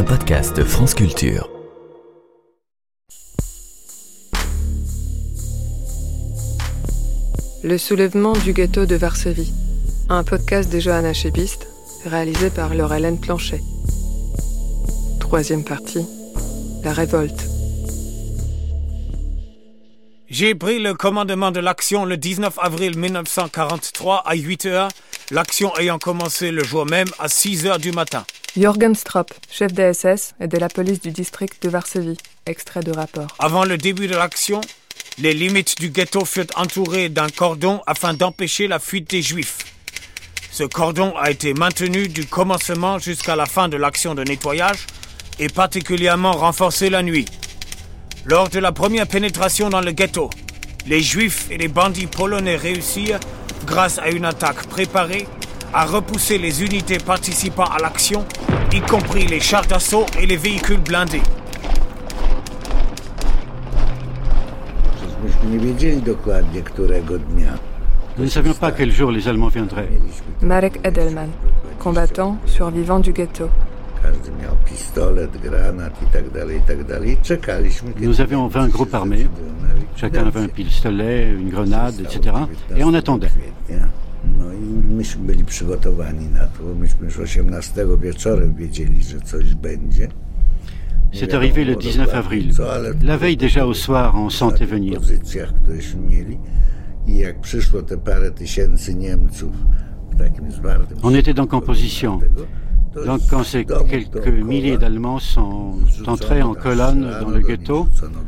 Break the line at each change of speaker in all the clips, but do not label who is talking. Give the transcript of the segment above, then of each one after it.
un podcast France Culture.
Le soulèvement du ghetto de Varsovie, un podcast des Johanna Chebist, réalisé par Laure-Hélène Planchet. Troisième partie, la révolte.
J'ai pris le commandement de l'action le 19 avril 1943 à 8h, l'action ayant commencé le jour même à 6h du matin.
Jürgen Stropp, chef des SS et de la police du district de Varsovie. Extrait de rapport.
Avant le début de l'action, les limites du ghetto furent entourées d'un cordon afin d'empêcher la fuite des Juifs. Ce cordon a été maintenu du commencement jusqu'à la fin de l'action de nettoyage et particulièrement renforcé la nuit. Lors de la première pénétration dans le ghetto, les Juifs et les bandits polonais réussirent, grâce à une attaque préparée, à repousser les unités participant à l'action, y compris les chars d'assaut et les véhicules blindés.
Nous ne savions pas quel jour les Allemands viendraient.
Marek Edelman, combattant, survivant du ghetto.
Nous avions 20 groupes armés. Chacun avait un pistolet, une grenade, etc. Et on attendait. C'est arrivé le 19 avril. La veille déjà au soir, on sentait venir. On était donc en position. Donc quand ces quelques milliers d'Allemands sont entrés en colonne dans le ghetto,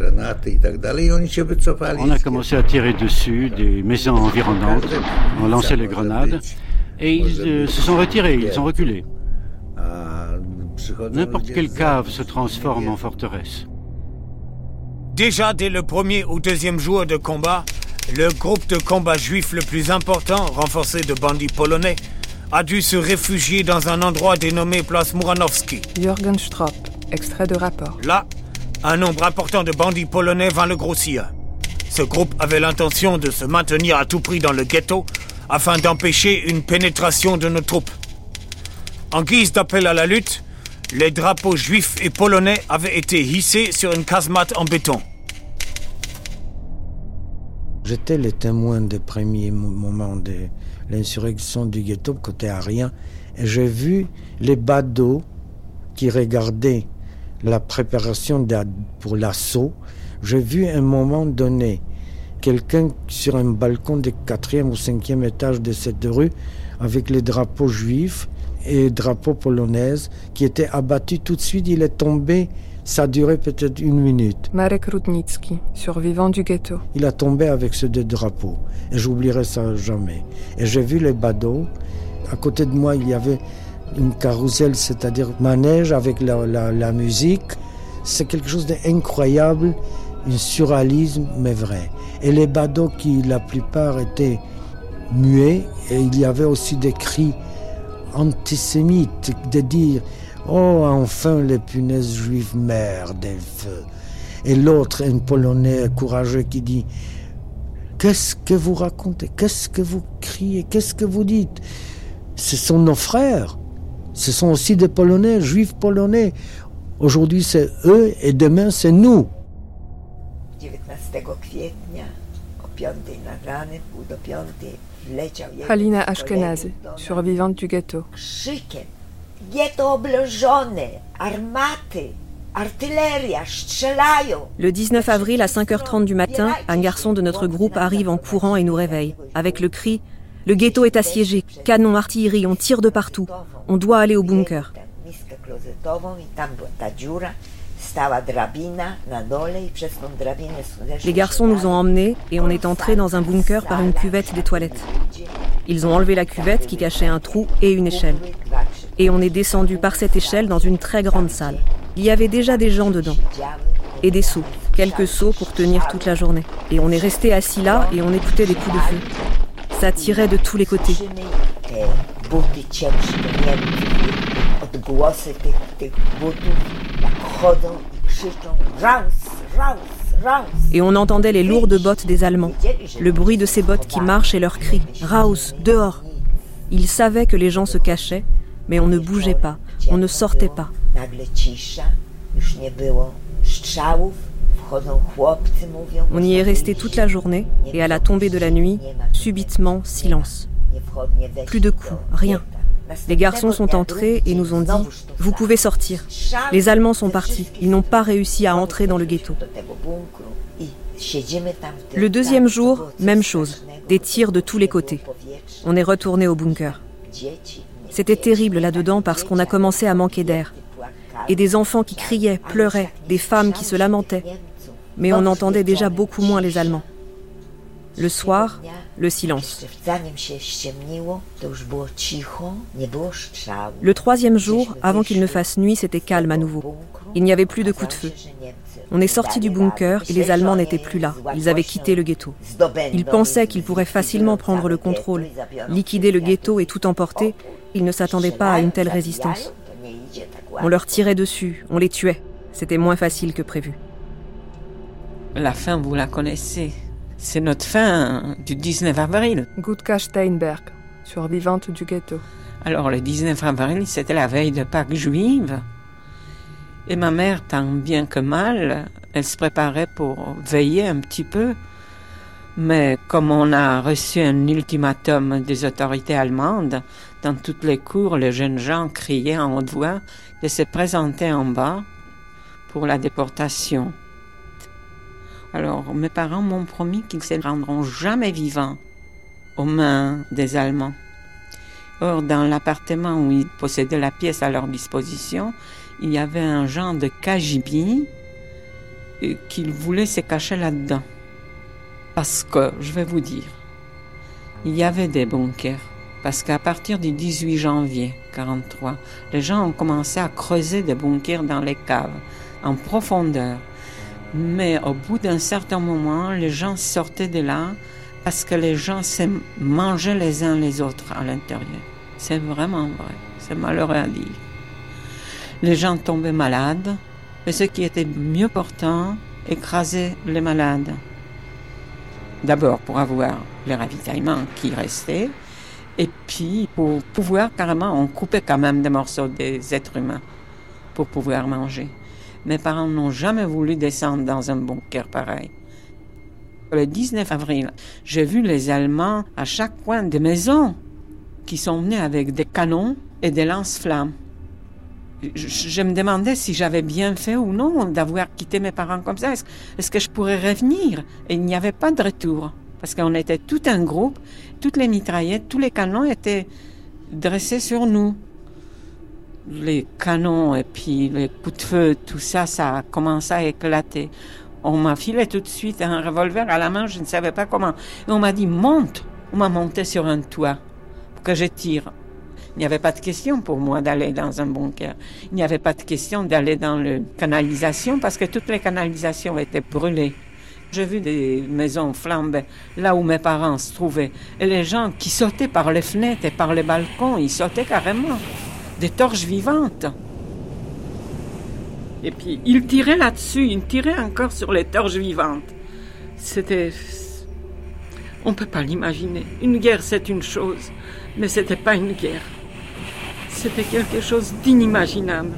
on a commencé à tirer dessus des maisons environnantes, on lançait les grenades et ils se sont retirés, ils ont reculé. N'importe quelle cave se transforme en forteresse.
Déjà dès le premier ou deuxième jour de combat, le groupe de combat juif le plus important, renforcé de bandits polonais, a dû se réfugier dans un endroit dénommé place Muranowski.
Jürgen Stropp, extrait de rapport.
Là, un nombre important de bandits polonais vint le grossir. Ce groupe avait l'intention de se maintenir à tout prix dans le ghetto afin d'empêcher une pénétration de nos troupes. En guise d'appel à la lutte, les drapeaux juifs et polonais avaient été hissés sur une casemate en béton.
J'étais le témoin des premiers moments de l'insurrection du ghetto côté arien et j'ai vu les badauds qui regardaient la préparation pour l'assaut. J'ai vu à un moment donné quelqu'un sur un balcon du 4e ou 5e étage de cette rue avec les drapeaux juifs et drapeaux polonais qui étaient abattus tout de suite. Il est tombé. Ça a duré peut-être 1 minute.
Marek Rudnicki, survivant du ghetto.
Il a tombé avec ces 2 drapeaux. Et j'oublierai ça jamais. Et j'ai vu les badauds. À côté de moi, il y avait une carrousel, c'est-à-dire manège avec la musique. C'est quelque chose d'incroyable, un surréalisme, mais vrai. Et les badauds qui, la plupart, étaient muets. Et il y avait aussi des cris antisémites, de dire... Oh, enfin, les punaises juives meurent des feux. Et l'autre, un Polonais courageux qui dit « Qu'est-ce que vous racontez? Qu'est-ce que vous criez? Qu'est-ce que vous dites? Ce sont nos frères. Ce sont aussi des Polonais, juifs polonais. Aujourd'hui, c'est eux et demain, c'est nous. »
Halina Ashkenazy, survivante du ghetto.
Ghetto obleżone, armaty, artilleria, strzelają.
Le 19 avril à 5h30 du matin, un garçon de notre groupe arrive en courant et nous réveille, avec le cri « Le ghetto est assiégé, canon, artillerie, on tire de partout, on doit aller au bunker ». Les garçons nous ont emmenés et on est entré dans un bunker par une cuvette des toilettes. Ils ont enlevé la cuvette qui cachait un trou et une échelle. Et on est descendu par cette échelle dans une très grande salle. Il y avait déjà des gens dedans. Et des seaux, quelques seaux pour tenir toute la journée. Et on est resté assis là et on écoutait des coups de feu. Ça tirait de tous les côtés. Et on entendait les lourdes bottes des Allemands, le bruit de ces bottes qui marchent et leurs cris « Raus, dehors !» Ils savaient que les gens se cachaient, mais on ne bougeait pas, on ne sortait pas. On y est resté toute la journée et à la tombée de la nuit, subitement, silence. Plus de coups, rien. Les garçons sont entrés et nous ont dit « Vous pouvez sortir ». Les Allemands sont partis. Ils n'ont pas réussi à entrer dans le ghetto. Le deuxième jour, même chose. Des tirs de tous les côtés. On est retourné au bunker. C'était terrible là-dedans parce qu'on a commencé à manquer d'air. Et des enfants qui criaient, pleuraient, des femmes qui se lamentaient. Mais on entendait déjà beaucoup moins les Allemands. Le soir, le silence. Le troisième jour, avant qu'il ne fasse nuit, c'était calme à nouveau. Il n'y avait plus de coups de feu. On est sorti du bunker et les Allemands n'étaient plus là. Ils avaient quitté le ghetto. Ils pensaient qu'ils pourraient facilement prendre le contrôle, liquider le ghetto et tout emporter. Ils ne s'attendaient pas à une telle résistance. On leur tirait dessus, on les tuait. C'était moins facile que prévu.
La fin, vous la connaissez. C'est notre fin du 19 avril.
Gutka Steinberg, survivante du ghetto.
Alors, le 19 avril, c'était la veille de Pâques juive. Et ma mère, tant bien que mal, elle se préparait pour veiller un petit peu. Mais comme on a reçu un ultimatum des autorités allemandes, dans toutes les cours, les jeunes gens criaient en haute voix de se présenter en bas pour la déportation. Alors, mes parents m'ont promis qu'ils ne se rendront jamais vivants aux mains des Allemands. Or, dans l'appartement où ils possédaient la pièce à leur disposition, il y avait un genre de cagibi qu'ils voulaient se cacher là-dedans. Parce que, je vais vous dire, il y avait des bunkers. Parce qu'à partir du 18 janvier 1943, les gens ont commencé à creuser des bunkers dans les caves, en profondeur. Mais au bout d'un certain moment, les gens sortaient de là parce que les gens se mangeaient les uns les autres à l'intérieur. C'est vraiment vrai, c'est malheureux à dire. Les gens tombaient malades et ceux qui étaient mieux portants écrasaient les malades. D'abord pour avoir les ravitaillements qui restaient et puis pour pouvoir carrément, on coupait quand même des morceaux des êtres humains pour pouvoir manger. Mes parents n'ont jamais voulu descendre dans un bunker pareil. Le 19 avril, j'ai vu les Allemands à chaque coin de maison qui sont venus avec des canons et des lance-flammes. Je me demandais si j'avais bien fait ou non d'avoir quitté mes parents comme ça. Est-ce que je pourrais revenir? Et il n'y avait pas de retour. Parce qu'on était tout un groupe, toutes les mitraillettes, tous les canons étaient dressés sur nous. Les canons et puis les coups de feu, tout ça, ça a commencé à éclater. On m'a filé tout de suite un revolver à la main, je ne savais pas comment. Et on m'a dit, monte. On m'a monté sur un toit pour que je tire. Il n'y avait pas de question pour moi d'aller dans un bunker. Il n'y avait pas de question d'aller dans la canalisation parce que toutes les canalisations étaient brûlées. J'ai vu des maisons flambées là où mes parents se trouvaient. Et les gens qui sautaient par les fenêtres et par les balcons, ils sautaient carrément. Des torches vivantes. Et puis, ils tiraient là-dessus, ils tiraient encore sur les torches vivantes. C'était... On ne peut pas l'imaginer. Une guerre, c'est une chose, mais ce n'était pas une guerre. C'était quelque chose d'inimaginable.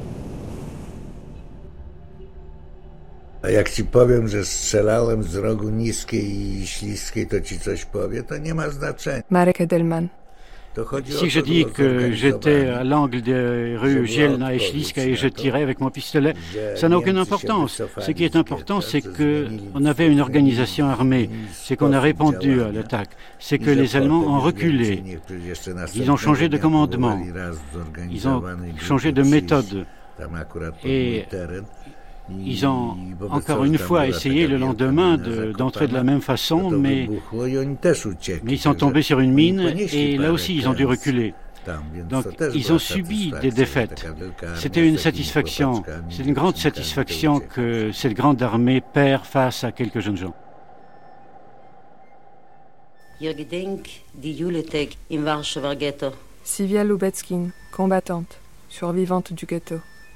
A jak ci powiem, że strzelałem z rogu niskiej i śliskiej, to ci coś powie, to nie ma znaczenia.
Marek Edelman.
Si je dis que j'étais à l'angle des rues Gielna et Śliska et je tirais avec mon pistolet, ça n'a aucune importance. Ce qui est important, c'est qu'on avait une organisation armée, c'est qu'on a répondu à l'attaque, c'est que les Allemands ont reculé. Ils ont changé de commandement, ils ont changé de méthode et ils ont encore une fois essayé le lendemain d'entrer de la même façon, mais ils sont tombés sur une mine et là aussi ils ont dû reculer. Donc ils ont subi des défaites. C'était une satisfaction, c'est une grande satisfaction que cette grande armée perd face à quelques jeunes gens.
Sylvia Lubetskin, combattante, survivante du ghetto.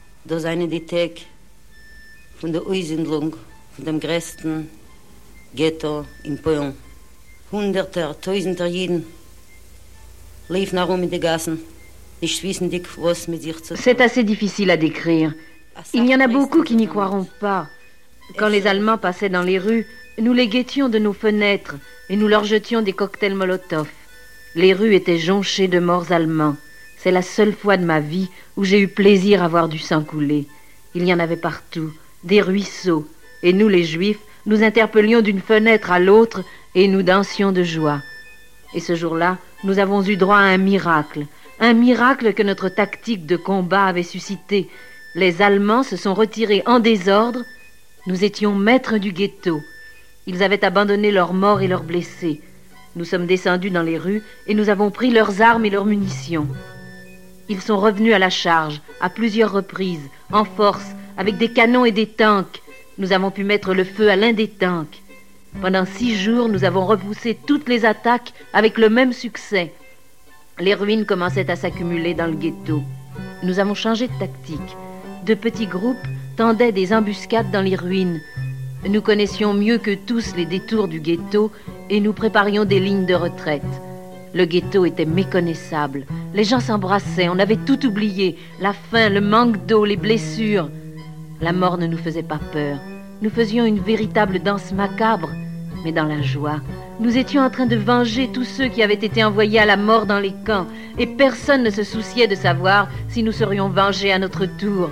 Von der Aussiedlung, von dem größten Ghetto in Polen. Hunderter, Tausender Juden liefen herum in die Gassen.
C'est assez difficile à décrire. Il y en a beaucoup qui n'y croiront pas. Quand les Allemands passaient dans les rues, nous les guettions de nos fenêtres et nous leur jetions des cocktails Molotov. Les rues étaient jonchées de morts allemands. C'est la seule fois de ma vie où j'ai eu plaisir à voir du sang couler. Il y en avait partout, des ruisseaux. Et nous, les Juifs, nous interpellions d'une fenêtre à l'autre et nous dansions de joie. Et ce jour-là, nous avons eu droit à un miracle que notre tactique de combat avait suscité. Les Allemands se sont retirés en désordre. Nous étions maîtres du ghetto. Ils avaient abandonné leurs morts et leurs blessés. Nous sommes descendus dans les rues et nous avons pris leurs armes et leurs munitions. Ils sont revenus à la charge, à plusieurs reprises, en force, avec des canons et des tanks. Nous avons pu mettre le feu à l'un des tanks. Pendant 6 jours, nous avons repoussé toutes les attaques avec le même succès. Les ruines commençaient à s'accumuler dans le ghetto. Nous avons changé de tactique. De petits groupes tendaient des embuscades dans les ruines. Nous connaissions mieux que tous les détours du ghetto et nous préparions des lignes de retraite. Le ghetto était méconnaissable. Les gens s'embrassaient, on avait tout oublié. La faim, le manque d'eau, les blessures. La mort ne nous faisait pas peur. Nous faisions une véritable danse macabre. Mais dans la joie, nous étions en train de venger tous ceux qui avaient été envoyés à la mort dans les camps. Et personne ne se souciait de savoir si nous serions vengés à notre tour.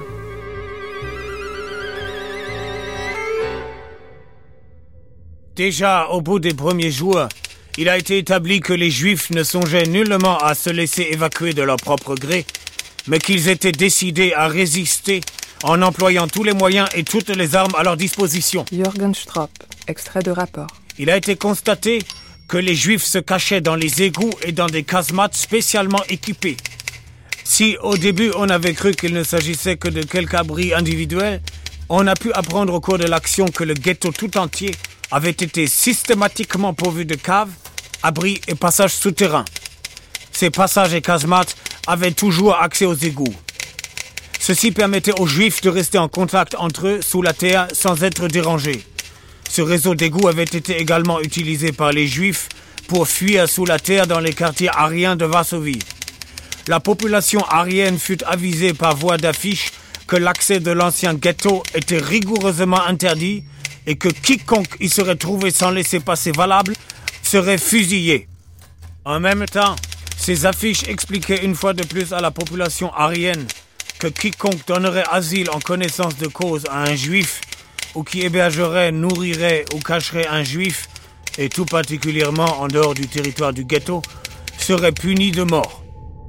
Déjà, au bout des premiers jours, il a été établi que les Juifs ne songeaient nullement à se laisser évacuer de leur propre gré, mais qu'ils étaient décidés à résister en employant tous les moyens et toutes les armes à leur disposition.
Jürgen Stropp, extrait de rapport.
Il a été constaté que les Juifs se cachaient dans les égouts et dans des casemates spécialement équipés. Si au début on avait cru qu'il ne s'agissait que de quelques abris individuels, on a pu apprendre au cours de l'action que le ghetto tout entier avait été systématiquement pourvu de caves, abris et passages souterrains. Ces passages et casemates avaient toujours accès aux égouts. Ceci permettait aux Juifs de rester en contact entre eux sous la terre sans être dérangés. Ce réseau d'égouts avait été également utilisé par les Juifs pour fuir sous la terre dans les quartiers aryens de Varsovie. La population aryenne fut avisée par voie d'affiche que l'accès de l'ancien ghetto était rigoureusement interdit et que quiconque y serait trouvé sans laissez-passer valable serait fusillé. En même temps, ces affiches expliquaient une fois de plus à la population aryenne que quiconque donnerait asile en connaissance de cause à un juif ou qui hébergerait, nourrirait ou cacherait un juif, et tout particulièrement en dehors du territoire du ghetto, serait puni de mort.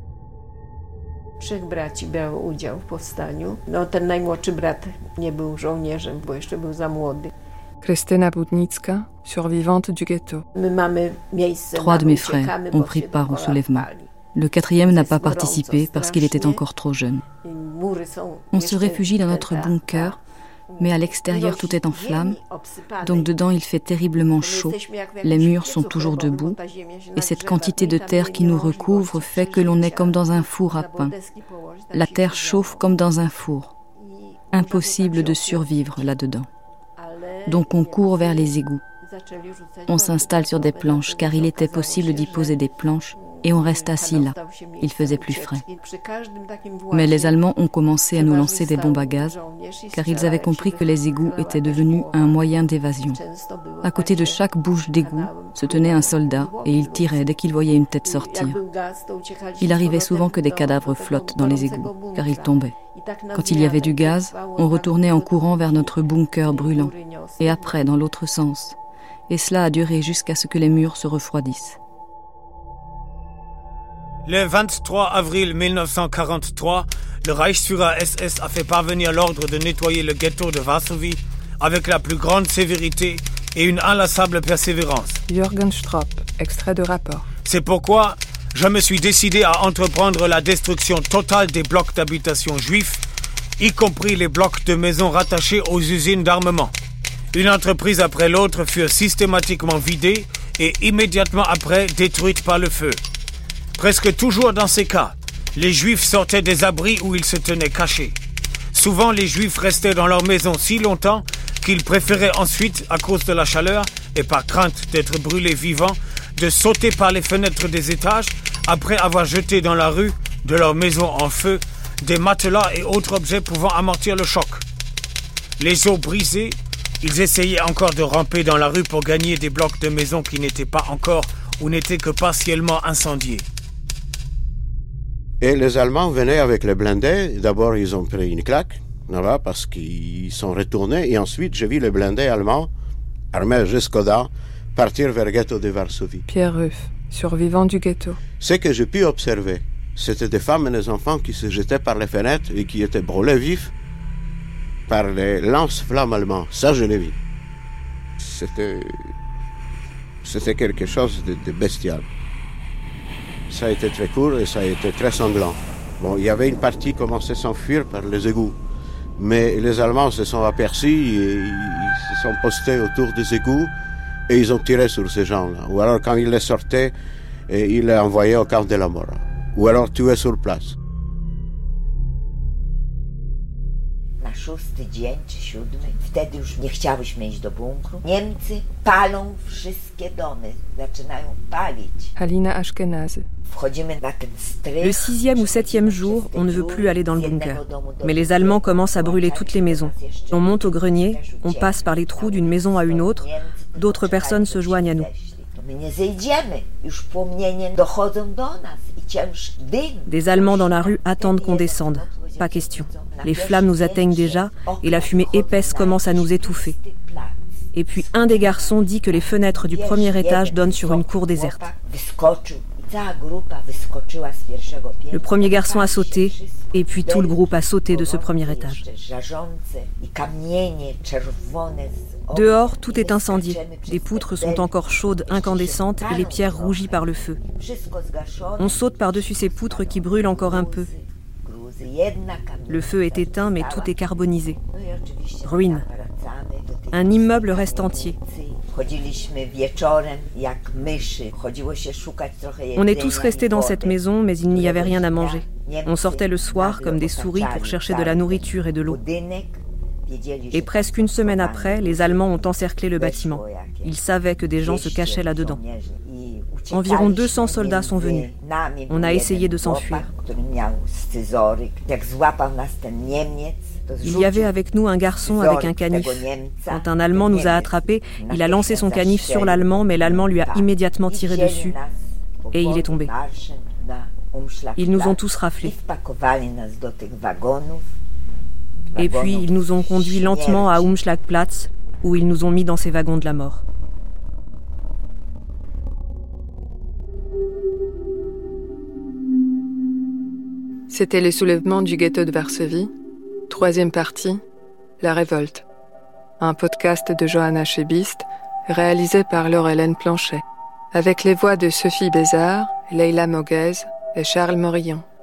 3 braci brało udział w powstaniu. Ten najmłodszy brat nie był żołnierzem, bo jeszcze był za młody.
Krystyna Budnicka, survivante du ghetto.
3 de mes frères ont pris part au soulèvement. Le 4e n'a pas participé parce qu'il était encore trop jeune. On se réfugie dans notre bunker, mais à l'extérieur tout est en flammes, donc dedans il fait terriblement chaud, les murs sont toujours debout, et cette quantité de terre qui nous recouvre fait que l'on est comme dans un four à pain. La terre chauffe comme dans un four. Impossible de survivre là-dedans. Donc on court vers les égouts. On s'installe sur des planches, car il était possible d'y poser des planches, et on reste assis là. Il faisait plus frais. Mais les Allemands ont commencé à nous lancer des bombes à gaz, car ils avaient compris que les égouts étaient devenus un moyen d'évasion. À côté de chaque bouche d'égout se tenait un soldat, et il tirait dès qu'il voyait une tête sortir. Il arrivait souvent que des cadavres flottent dans les égouts, car ils tombaient. Quand il y avait du gaz, on retournait en courant vers notre bunker brûlant, et après dans l'autre sens. Et cela a duré jusqu'à ce que les murs se refroidissent.
Le 23 avril 1943, le Reichsführer SS a fait parvenir l'ordre de nettoyer le ghetto de Varsovie avec la plus grande sévérité et une inlassable persévérance.
Jürgen Stropp, extrait de rapport.
C'est pourquoi je me suis décidé à entreprendre la destruction totale des blocs d'habitation juifs, y compris les blocs de maisons rattachés aux usines d'armement. Une entreprise après l'autre furent systématiquement vidées et immédiatement après détruites par le feu. Presque toujours dans ces cas, les Juifs sortaient des abris où ils se tenaient cachés. Souvent, les Juifs restaient dans leur maison si longtemps qu'ils préféraient ensuite, à cause de la chaleur et par crainte d'être brûlés vivants, de sauter par les fenêtres des étages après avoir jeté dans la rue de leur maison en feu, des matelas et autres objets pouvant amortir le choc. Les os brisés, ils essayaient encore de ramper dans la rue pour gagner des blocs de maisons qui n'étaient pas encore ou n'étaient que partiellement incendiés.
Et les Allemands venaient avec les blindés. D'abord, ils ont pris une claque, là-bas, parce qu'ils sont retournés. Et ensuite, j'ai vu les blindés allemands, armés jusqu'aux dents, partir vers le ghetto de Varsovie.
Pierre Ruff, survivant du ghetto.
Ce que j'ai pu observer, c'était des femmes et des enfants qui se jetaient par les fenêtres et qui étaient brûlés vifs par les lance-flammes allemands. Ça, je l'ai vu. C'était quelque chose de bestial. Ça a été très court et ça a été très sanglant. Bon, il y avait une partie qui commençait à s'enfuir par les égouts. Mais les Allemands se sont aperçus et ils se sont postés autour des égouts et ils ont tiré sur ces gens-là. Ou alors, quand ils les sortaient, ils les envoyaient au camp de la mort. Ou alors tués sur place.
Na 6. dzień czy 7, wtedy już nie chciałyśmy iść do bunkru. Niemcy palą wszystkie domy, zaczynają palić.
Halina Ashkenazy.
Le 6e ou 7e jour, on ne veut plus aller dans le bunker. Mais les Allemands commencent à brûler toutes les maisons. On monte au grenier, on passe par les trous d'une maison à une autre. D'autres personnes se joignent à nous. Des Allemands dans la rue attendent qu'on descende. Pas question. Les flammes nous atteignent déjà et la fumée épaisse commence à nous étouffer. Et puis un des garçons dit que les fenêtres du premier étage donnent sur une cour déserte. Le premier garçon a sauté et puis tout le groupe a sauté de ce premier étage. Dehors, tout est incendié. Les poutres sont encore chaudes, incandescentes et les pierres rougies par le feu. On saute par-dessus ces poutres qui brûlent encore un peu. Le feu est éteint, mais tout est carbonisé. Ruine. Un immeuble reste entier. On est tous restés dans cette maison, mais il n'y avait rien à manger. On sortait le soir comme des souris pour chercher de la nourriture et de l'eau. Et presque une semaine après, les Allemands ont encerclé le bâtiment. Ils savaient que des gens se cachaient là-dedans. Environ 200 soldats sont venus. On a essayé de s'enfuir. Il y avait avec nous un garçon avec un canif. Quand un Allemand nous a attrapés, il a lancé son canif sur l'Allemand, mais l'Allemand lui a immédiatement tiré dessus. Et il est tombé. Ils nous ont tous raflés. Et puis, ils nous ont conduits lentement à Umschlagplatz, où ils nous ont mis dans ces wagons de la mort.
C'était les soulèvements du ghetto de Varsovie. 3e partie, La Révolte. Un podcast de Johanna Chebist, réalisé par Laure-Hélène Planchet, avec les voix de Sophie Bézard, Leila Moguez et Charles Morillon.